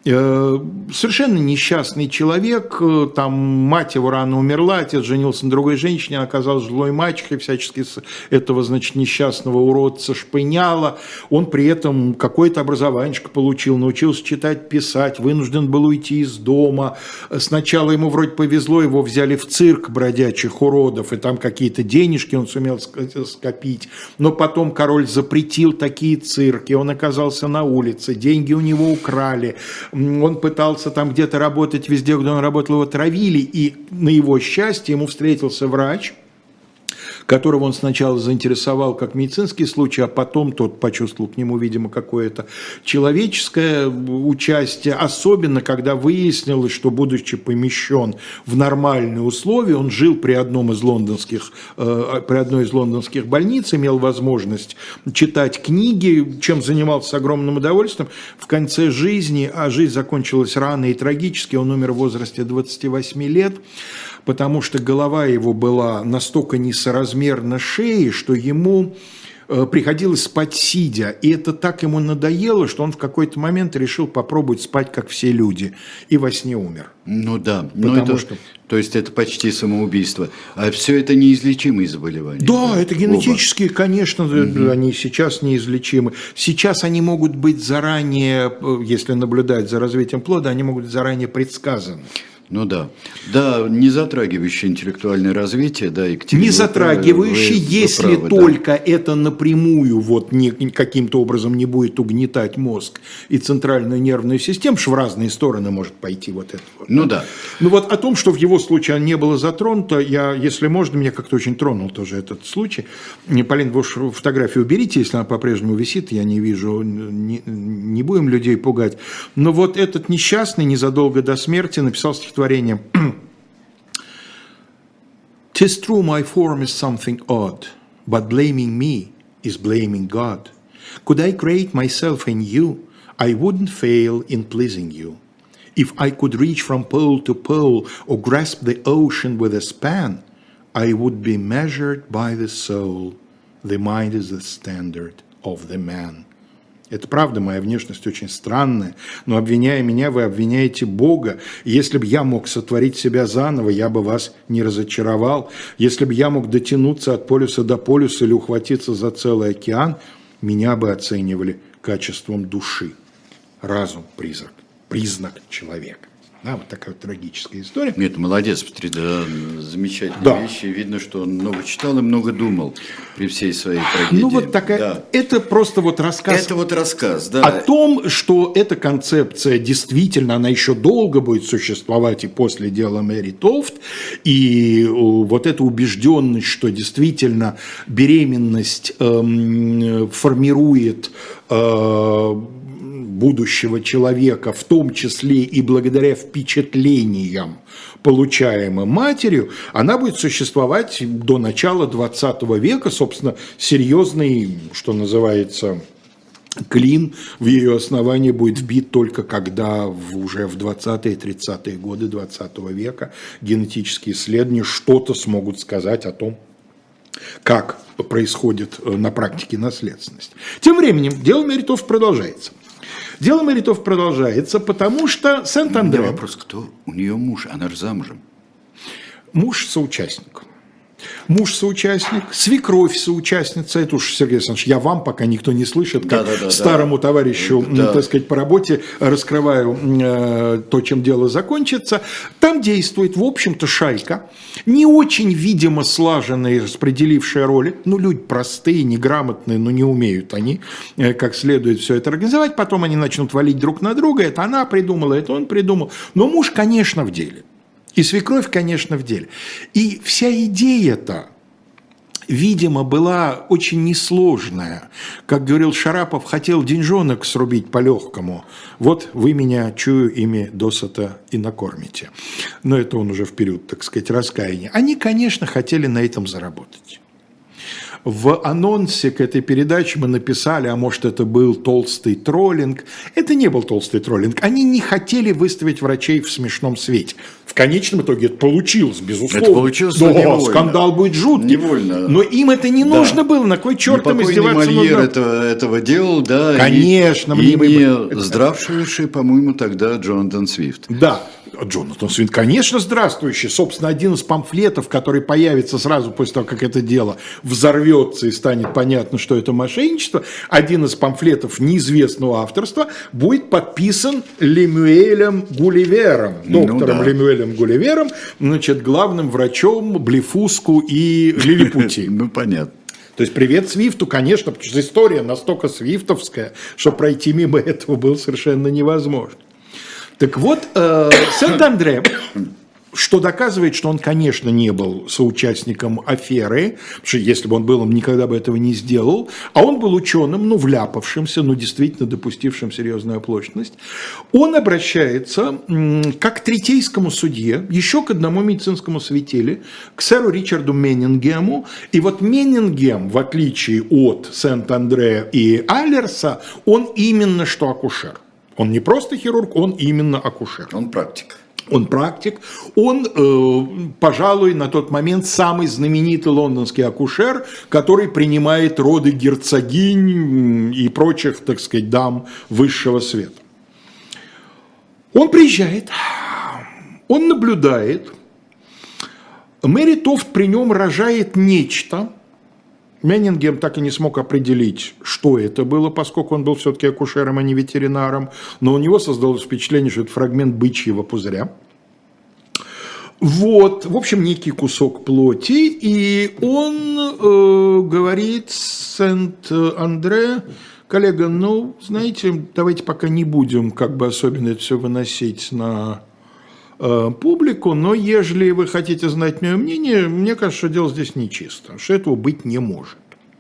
Совершенно несчастный человек, там мать его рано умерла, отец женился на другой женщине, она оказалась злой мачехой, всячески этого, значит, несчастного уродца шпыняла. Он при этом какое-то образование получил, научился читать, писать, вынужден был уйти из дома. Сначала ему вроде повезло, его взяли в цирк бродячих уродов, и там какие-то денежки он сумел скопить. Но потом король запретил такие цирки, он оказался на улице, деньги у него украли. Он пытался там где-то работать, везде, где он работал, его травили, и на его счастье ему встретился врач, которого он сначала заинтересовал как медицинский случай, а потом тот почувствовал к нему, видимо, какое-то человеческое участие, особенно когда выяснилось, что, будучи помещен в нормальные условия, он жил при, одном из лондонских, э, при одной из лондонских больниц, имел возможность читать книги, чем занимался с огромным удовольствием. В конце жизни, а жизнь закончилась рано и трагически, он умер в возрасте двадцати восьми лет, потому что голова его была настолько несоразмерна шее, что ему приходилось спать сидя. И это так ему надоело, что он в какой-то момент решил попробовать спать, как все люди, и во сне умер. Ну да, но это, что... то есть это почти самоубийство. А все это неизлечимые заболевания. Да, да? Это генетические, оба. Конечно, угу. Они сейчас неизлечимы. Сейчас они могут быть заранее, если наблюдать за развитием плода, они могут быть заранее предсказаны. Ну да, да, не затрагивающее интеллектуальное развитие, да, Екатерина. Не затрагивающее, если правы, только да. Это напрямую вот не, каким-то образом не будет угнетать мозг и центральную нервную систему, что в разные стороны может пойти вот это. Вот, ну да. да. Ну вот о том, что в его случае не было затронуто, я, если можно, меня как-то очень тронул тоже этот случай. Полин, вы уж фотографию уберите, если она по-прежнему висит, я не вижу, не, не будем людей пугать. Но вот этот несчастный незадолго до смерти написал стихотворение. Творение. "'Tis true my form is something odd, but blaming me is blaming God. Could I create myself in you, I wouldn't fail in pleasing you. If I could reach from pole to pole or grasp the ocean with a span, I would be measured by the soul. The mind is the standard of the man". Это правда, моя внешность очень странная, но обвиняя меня, вы обвиняете Бога. Если бы я мог сотворить себя заново, я бы вас не разочаровал. Если бы я мог дотянуться от полюса до полюса или ухватиться за целый океан, меня бы оценивали качеством души. Разум – призрак, признак человека. Да, вот такая вот трагическая история. Нет, молодец, посмотри, да, замечательные да. вещи. Видно, что он много читал и много думал при всей своей трагедии. Ну вот такая, да. Это просто вот рассказ. Это вот рассказ, да. О том, что эта концепция действительно, она еще долго будет существовать и после дела Мэри Тофт. И вот эта убежденность, что действительно беременность эм, формирует э, будущего человека, в том числе и благодаря впечатлениям, получаемым матерью, она будет существовать до начала двадцатого века, собственно, серьезный, что называется, клин в ее основании будет вбит только когда в, уже в двадцатые тридцатые годы двадцатого века генетические исследования что-то смогут сказать о том, как происходит на практике наследственность. Тем временем дело Мэри Тофт продолжается. Дело Мэри Тофт продолжается, потому что Сент-Андре... У меня вопрос, кто у нее муж? Она же замужем. Муж соучастник. Муж соучастник, свекровь соучастница. Это уж, Сергей Александрович, я вам, пока никто не слышит, как да, да, да, старому да. товарищу, да. так сказать, по работе раскрываю э, то, чем дело закончится. Там действует, в общем-то, шайка, не очень, видимо, слаженные, распределившие роли. Ну, люди простые, неграмотные, но не умеют они э, как следует все это организовать. Потом они начнут валить друг на друга. Это она придумала, это он придумал. Но муж, конечно, в деле. И свекровь, конечно, в деле. И вся идея-то видимо, была очень несложная. Как говорил Шарапов, хотел деньжонок срубить по-легкому. Вот вы меня, чую, ими досыта и накормите. Но это он уже в период, так сказать, раскаяния. Они, конечно, хотели на этом заработать. В анонсе к этой передаче мы написали, а может, это был толстый троллинг. Это не был толстый троллинг. Они не хотели выставить врачей в смешном свете. В конечном итоге это получилось, безусловно. Это получилось, да, невольно. Скандал будет жуткий. Невольно. Но им это не да. нужно было. На кой черт им издеваться? Мольер этого, этого делал, да. Конечно. И, мне и бы... не здравствовавший, по-моему, тогда Джонатан Свифт. Да. Джонатан Свифт, конечно, здравствующий. Собственно, один из памфлетов, который появится сразу после того, как это дело взорвется и станет понятно, что это мошенничество, один из памфлетов неизвестного авторства будет подписан Лемюэлем Гулливером, доктором ну, да. Лемюэлем Гулливером, значит, главным врачом Блефуску и Лилипутии. Ну, понятно. То есть привет Свифту, конечно, потому что история настолько свифтовская, что пройти мимо этого было совершенно невозможно. Так вот, э, Сент-Андре, что доказывает, что он, конечно, не был соучастником аферы, потому что если бы он был, он никогда бы этого не сделал, а он был ученым, ну, вляпавшимся, ну, действительно допустившим серьезную оплошность. Он обращается м, как к третейскому судье, еще к одному медицинскому светиле, к сэру Ричарду Меннингему. И вот Меннингем, в отличие от Сент-Андре и Аллерса, он именно что акушер. Он не просто хирург, он именно акушер. Он практик. Он практик. Он, э, пожалуй, на тот момент самый знаменитый лондонский акушер, который принимает роды герцогинь и прочих, так сказать, дам высшего света. Он приезжает, он наблюдает. Мэри Тофт при нем рожает нечто. Меннингем так и не смог определить, что это было, поскольку он был все-таки акушером, а не ветеринаром. Но у него создалось впечатление, что это фрагмент бычьего пузыря. Вот, в общем, некий кусок плоти. И он э, говорит Сент-Андре, коллега, ну, знаете, давайте пока не будем как бы особенно это все выносить на э, публику, но ежели вы хотите знать мое мнение, мне кажется, что дело здесь нечисто, что этого быть не может.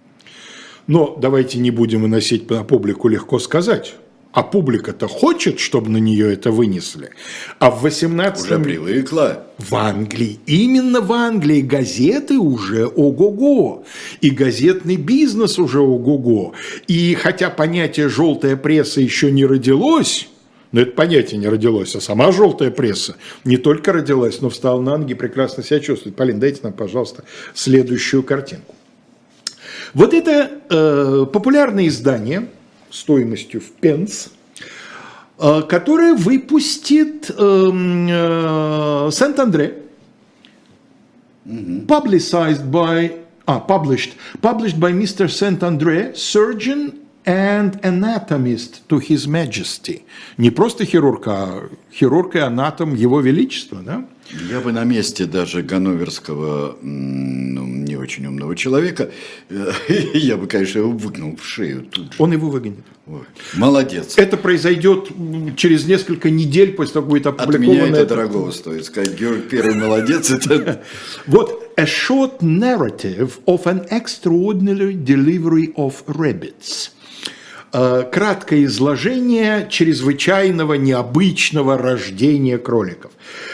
Но давайте не будем выносить на публику, легко сказать. А публика-то хочет, чтобы на нее это вынесли. А в восемнадцатом... Уже привыкла. В Англии, именно в Англии газеты уже ого-го. И газетный бизнес уже ого-го. И хотя понятие «желтая пресса» еще не родилось, но это понятие не родилось, а сама желтая пресса не только родилась, но встала на ноги, прекрасно себя чувствует. Полин, дайте нам, пожалуйста, следующую картинку. Вот это э, популярное издание стоимостью в пенс, э, которое выпустит э, э, Сент-Андре, mm-hmm. publicized by, ah, published, published by мистер Saint-André, surgeon and anatomist to His Majesty. Не просто хирург, а хирург и анатом Его Величества, да? Я бы на месте даже ганноверского, ну, не очень умного человека, я бы, конечно, его выгнал в шею тут же. Он его выгонит. Ой, молодец. Это произойдет через несколько недель после того, как будет опубликовано. От меня это дорогого стоит. Сказать, Георг Первый молодец. Это... Вот, a short narrative of an extraordinary delivery of rabbits. Краткое изложение чрезвычайного, необычного рождения кроликов.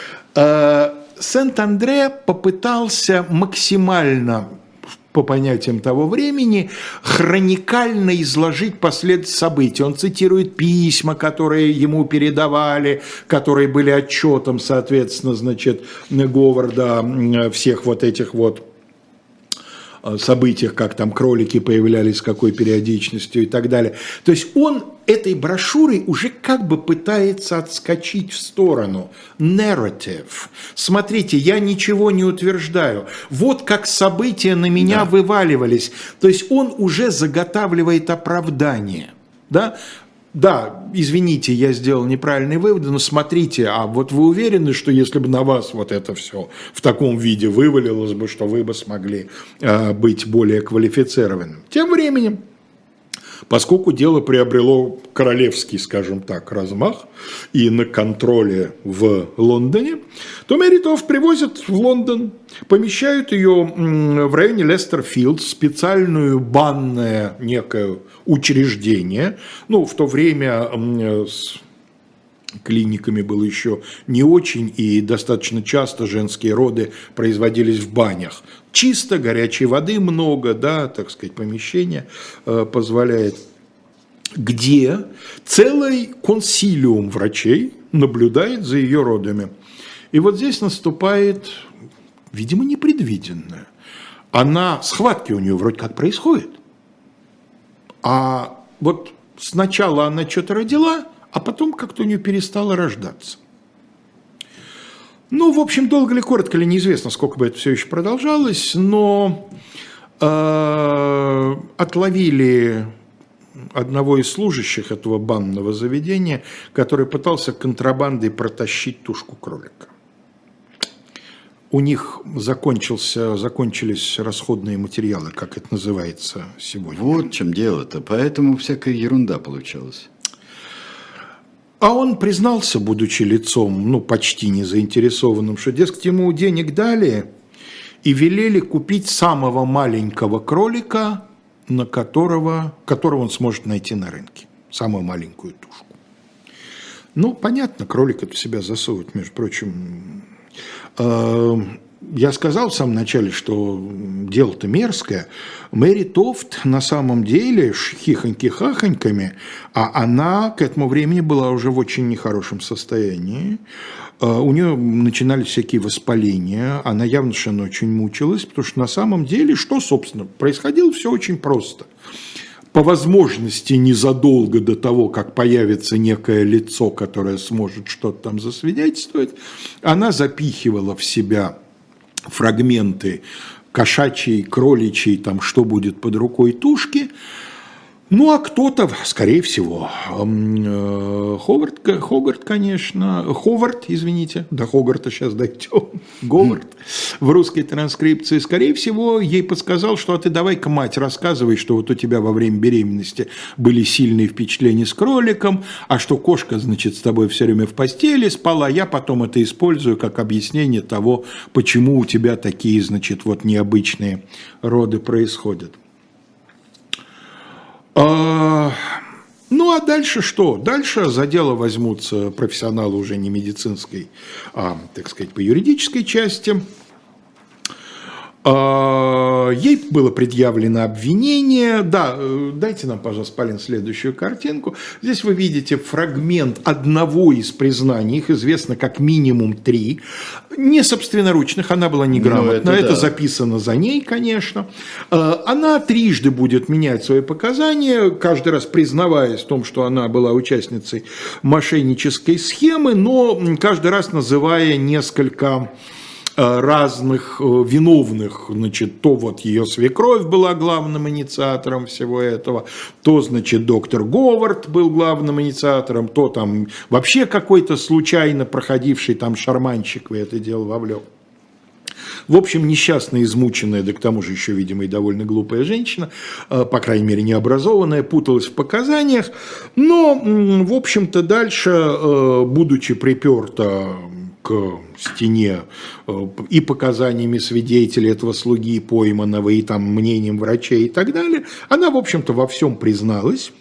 Сент-Андре попытался максимально, по понятиям того времени, хроникально изложить последствия событий. Он цитирует письма, которые ему передавали, которые были отчетом, соответственно, значит, Говарда, всех вот этих вот событиях, как там кролики появлялись, с какой периодичностью и так далее. То есть он этой брошюрой уже как бы пытается отскочить в сторону. Narrative. Смотрите, я ничего не утверждаю. Вот как события на меня да. вываливались. То есть он уже заготавливает оправдание. Да? Да, извините, я сделал неправильные выводы, но смотрите, а вот вы уверены, что если бы на вас вот это все в таком виде вывалилось бы, что вы бы смогли э, быть более квалифицированным? Тем временем, поскольку дело приобрело королевский, скажем так, размах и на контроле в Лондоне, то Мэри Тофт привозят в Лондон помещают ее в районе Лестерфилд, специальную банное некое учреждение. Ну, в то время с клиниками было еще не очень, и достаточно часто женские роды производились в банях. Чисто, горячей воды много, да, так сказать, помещение э, позволяет, где целый консилиум врачей наблюдает за ее родами. И вот здесь наступает, видимо, непредвиденное. Она, схватки у нее вроде как происходят, а вот сначала она что-то родила, а потом как-то у нее перестало рождаться. Ну, в общем, долго ли, коротко ли, неизвестно, сколько бы это все еще продолжалось, но э, отловили одного из служащих этого банного заведения, который пытался контрабандой протащить тушку кролика. У них закончился, закончились расходные материалы, как это называется сегодня. Вот в чем дело-то, поэтому всякая ерунда получалась. А он признался, будучи лицом, ну, почти не заинтересованным, что, дескать, ему денег дали и велели купить самого маленького кролика, на которого, которого он сможет найти на рынке. Самую маленькую тушку. Ну, понятно, кролик это в себя засовывает, между прочим. Я сказал в самом начале, что дело-то мерзкое. Мэри Тофт на самом деле хихоньки-хахоньками, а она к этому времени была уже в очень нехорошем состоянии. У нее начинались всякие воспаления, она явно совершенно очень мучилась, потому что на самом деле, что, собственно, происходило все очень просто. По возможности, незадолго до того, как появится некое лицо, которое сможет что-то там засвидетельствовать, она запихивала в себя фрагменты кошачьей, кроличьей, там, что будет под рукой тушки. Ну, а кто-то, скорее всего, Ховард, Хогарт, конечно, Ховард, извините, до Хогарта сейчас дойдем, Говард в русской транскрипции, скорее всего, ей подсказал, что а ты давай-ка, мать, рассказывай, что вот у тебя во время беременности были сильные впечатления с кроликом, а что кошка, значит, с тобой все время в постели спала, я потом это использую как объяснение того, почему у тебя такие, значит, вот необычные роды происходят. А, ну, а дальше что? Дальше за дело возьмутся профессионалы уже не медицинской, а, так сказать, по юридической части. А, ей было предъявлено обвинение. Да, дайте нам, пожалуйста, Полин, следующую картинку. Здесь вы видите фрагмент одного из признаний, их известно как минимум три. Не собственноручных, она была неграмотна, это, это да. записано за ней, конечно. Она трижды будет менять свои показания, каждый раз признаваясь в том, что она была участницей мошеннической схемы, но каждый раз называя несколько разных виновных, значит, то вот ее свекровь была главным инициатором всего этого, то, значит, доктор Говард был главным инициатором, то там вообще какой-то случайно проходивший там шарманщик в это дело вовлек. В общем, несчастная, измученная, да к тому же еще, видимо, и довольно глупая женщина, по крайней мере, необразованная, путалась в показаниях, но, в общем-то, дальше, будучи приперта к стене и показаниями свидетелей этого слуги пойманного, и там мнением врачей и так далее, она, в общем-то, во всем призналась.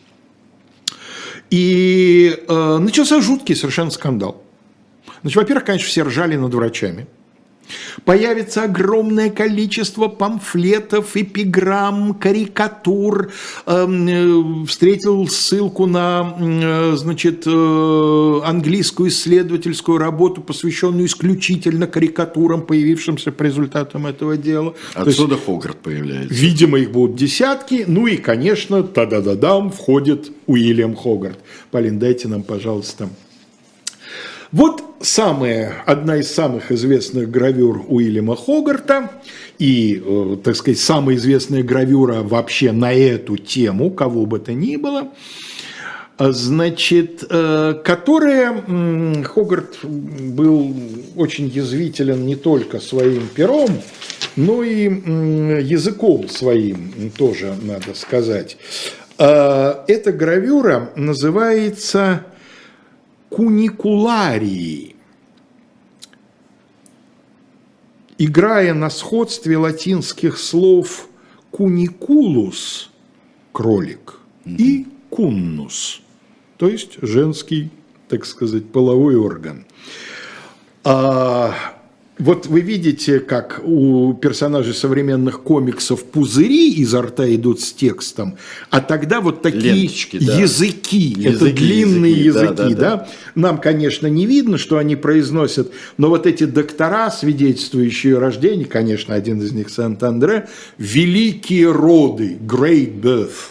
И э, начался жуткий совершенно скандал. Значит, во-первых, конечно, все ржали над врачами. Появится огромное количество памфлетов, эпиграмм, карикатур. Встретил ссылку на, значит, английскую исследовательскую работу, посвященную исключительно карикатурам, появившимся по результатам этого дела. Отсюда Хогарт появляется. Видимо, их будут десятки. Ну и, конечно, та-да-да-дам, входит Уильям Хогарт. Полин, дайте нам, пожалуйста. Вот самая, одна из самых известных гравюр Уильяма Хогарта и, э, так сказать, самая известная гравюра вообще на эту тему, кого бы то ни было, значит, э, которая, э, Хогарт был очень язвителен не только своим пером, но и э, языком своим, тоже надо сказать. Э, эта гравюра называется куникуларии. играя на сходстве латинских слов «куникулус» – кролик, mm-hmm. и «куннус», то есть женский, так сказать, половой орган. А, вот вы видите, как у персонажей современных комиксов пузыри изо рта идут с текстом, а тогда вот такие ленточки, да. языки, языки, это длинные языки, языки да, да, да? Нам, конечно, не видно, что они произносят, но вот эти доктора, свидетельствующие о рождении, конечно, один из них Сент-Андре, великие роды, great birth.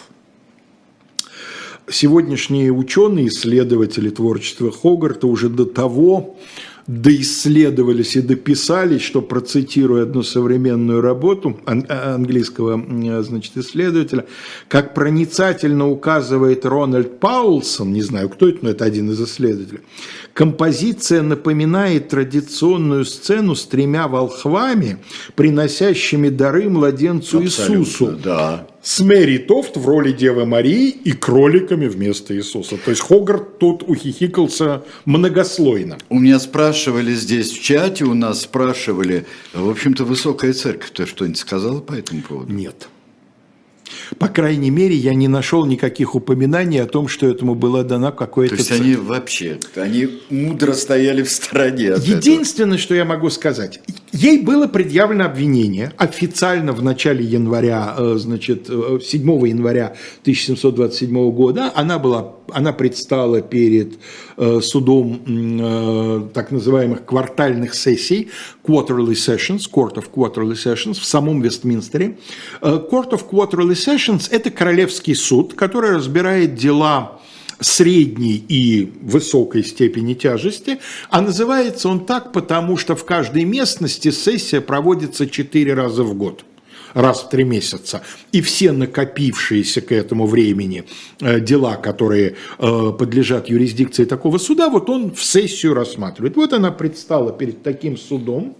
Сегодняшние ученые, исследователи творчества Хогарта уже до того доисследовались и дописались, что, процитируя одну современную работу английского, значит, исследователя, как проницательно указывает Рональд Паулсон, не знаю, кто это, но это один из исследователей, композиция напоминает традиционную сцену с тремя волхвами, приносящими дары младенцу Абсолютно, Иисусу. Да. С Мэри Тофт в роли Девы Марии и кроликами вместо Иисуса. То есть Хогарт тут ухихикался многослойно. У меня спрашивали здесь в чате, у нас спрашивали, в общем-то, Высокая Церковь-то что-нибудь сказала по этому поводу? Нет. По крайней мере, я не нашел никаких упоминаний о том, что этому была дана какая-то... То есть они вообще, они мудро стояли в стороне от Единственное, этого. Что я могу сказать, ей было предъявлено обвинение официально в начале января, значит, седьмого января тысяча семьсот двадцать седьмого года. Она была, она предстала перед судом так называемых квартальных сессий, quarterly sessions, Court of Quarterly Sessions в самом Вестминстере. Court of Quarterly Sessions – это королевский суд, который разбирает дела средней и высокой степени тяжести, а называется он так, потому что в каждой местности сессия проводится четыре раза в год. Раз в три месяца. И все накопившиеся к этому времени э, дела, которые э, подлежат юрисдикции такого суда, вот он в сессию рассматривает. Вот она предстала перед таким судом,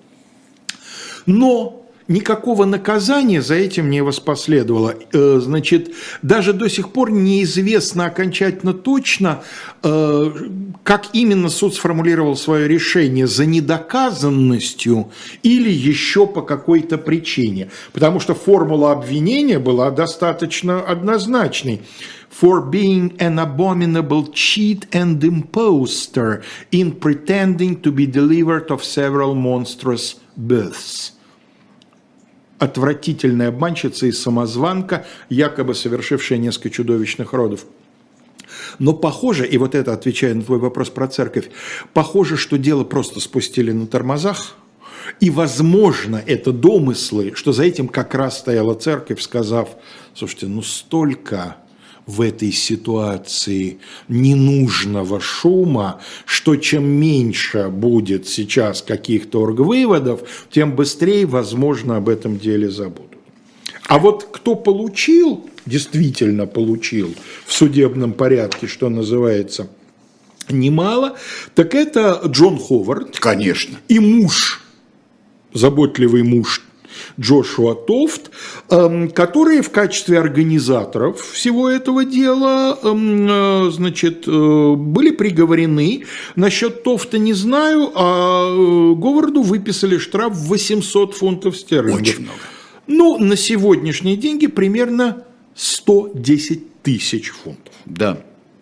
но никакого наказания за этим не воспоследовало. Э, значит, даже до сих пор неизвестно окончательно точно, э, как именно суд сформулировал свое решение, за недоказанностью или еще по какой-то причине. Потому что формула обвинения была достаточно однозначной. For being an abominable cheat and impostor in pretending to be delivered of several monstrous births. Отвратительная обманщица и самозванка, якобы совершившая несколько чудовищных родов. Но похоже, и вот это отвечая на твой вопрос про церковь, похоже, что дело просто спустили на тормозах, и, возможно, это домыслы, что за этим как раз стояла церковь, сказав, слушайте, ну столько в этой ситуации ненужного шума, что чем меньше будет сейчас каких-то оргвыводов, тем быстрее, возможно, об этом деле забудут. А вот кто получил, действительно получил в судебном порядке, что называется, немало, так это Джон Ховард. Конечно. И муж, заботливый муж Джошуа Тофт, которые в качестве организаторов всего этого дела, значит, были приговорены. Насчет Тофта не знаю, а Говарду выписали штраф в восемьсот фунтов стерлингов. Очень много. Ну, на сегодняшние деньги примерно сто десять тысяч фунтов. Да.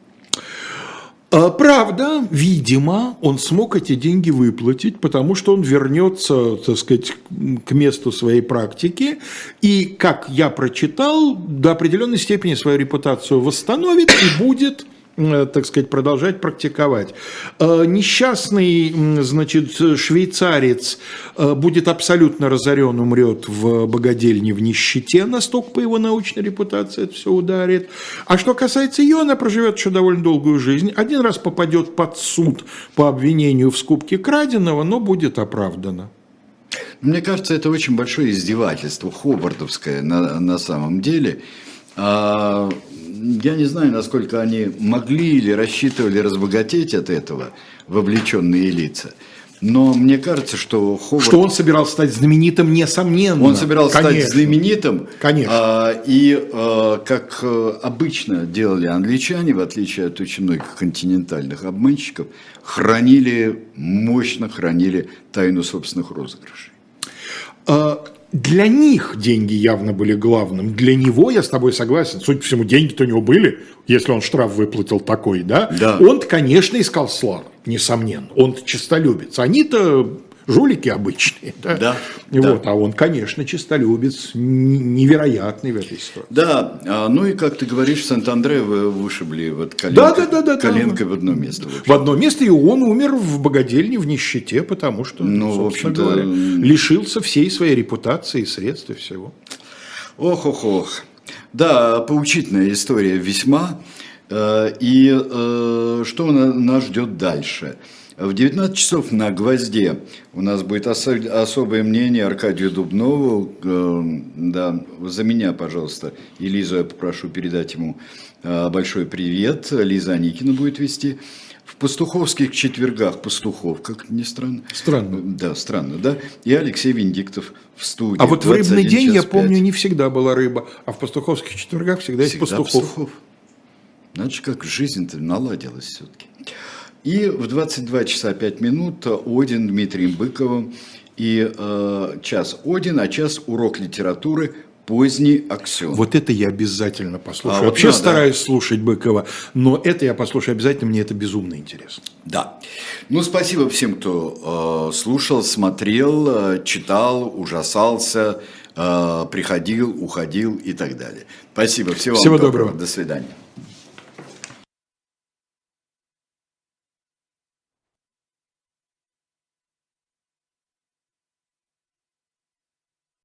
Правда, видимо, он смог эти деньги выплатить, потому что он вернется, так сказать, к месту своей практики и, как я прочитал, до определенной степени свою репутацию восстановит и будет, так сказать, продолжать практиковать. Несчастный, значит, швейцарец будет абсолютно разорен, умрет в богадельне в нищете, настолько по его научной репутации это все ударит. А что касается ее, она проживет еще довольно долгую жизнь. Один раз попадет под суд по обвинению в скупке краденого, но будет оправдана. Мне кажется, это очень большое издевательство ховардовское на, на самом деле. А, я не знаю, насколько они могли или рассчитывали разбогатеть от этого, вовлеченные лица. Но мне кажется, что Ховард... Что он собирался стать знаменитым, несомненно. Он собирался Конечно. стать знаменитым. Конечно. А, и, а, как обычно делали англичане, в отличие от очень многих континентальных обманщиков, хранили, мощно хранили тайну собственных розыгрышей. Для них деньги явно были главным. Для него, я с тобой согласен, судя по всему, деньги-то у него были, если он штраф выплатил такой, да? Да. Он-то, конечно, искал славу, несомненно. Он-то честолюбец. Они-то жулики обычные, да? Да, Вот, да. а он, конечно, честолюбец, невероятный в этой ситуации. Да, а, ну и как ты говоришь, в Сант-Андре вы вышибли вот Да, коленкой, да, да, да, коленкой да. в одно место. В, В одно место, и он умер в богадельне, в нищете, потому что, Ну, собственно в общем-то, говоря, лишился всей своей репутации, средств и всего. Ох, ох, ох. Да, поучительная история весьма. Э, И э, что на- нас ждет дальше? В девятнадцать часов на «Гвозде» у нас будет осо- особое мнение Аркадию Дубнову. Э, Да, за меня, пожалуйста, и Лизу я попрошу передать ему э, большой привет. Лиза Аникина будет вести. В пастуховских четвергах Пастухов, как ни странно. Странно. Да, странно, да? И Алексей Венедиктов в студии. А вот в рыбный двадцать один день, я час пять. помню, не всегда была рыба, а в пастуховских четвергах всегда, есть Всегда пастухов. Пастухов. Значит, как жизнь-то наладилась все-таки. И в двадцать два часа пять минут Один Дмитрием Быковым. И э, час Один, а час урок литературы «Поздний Аксен». Вот это я обязательно послушаю. А, вот Вообще надо. стараюсь слушать Быкова, но это я послушаю обязательно, мне это безумно интересно. Да. Ну, спасибо всем, кто э, слушал, смотрел, э, читал, ужасался, э, приходил, уходил и так далее. Спасибо. Всего, Всего вам доброго. доброго. До свидания.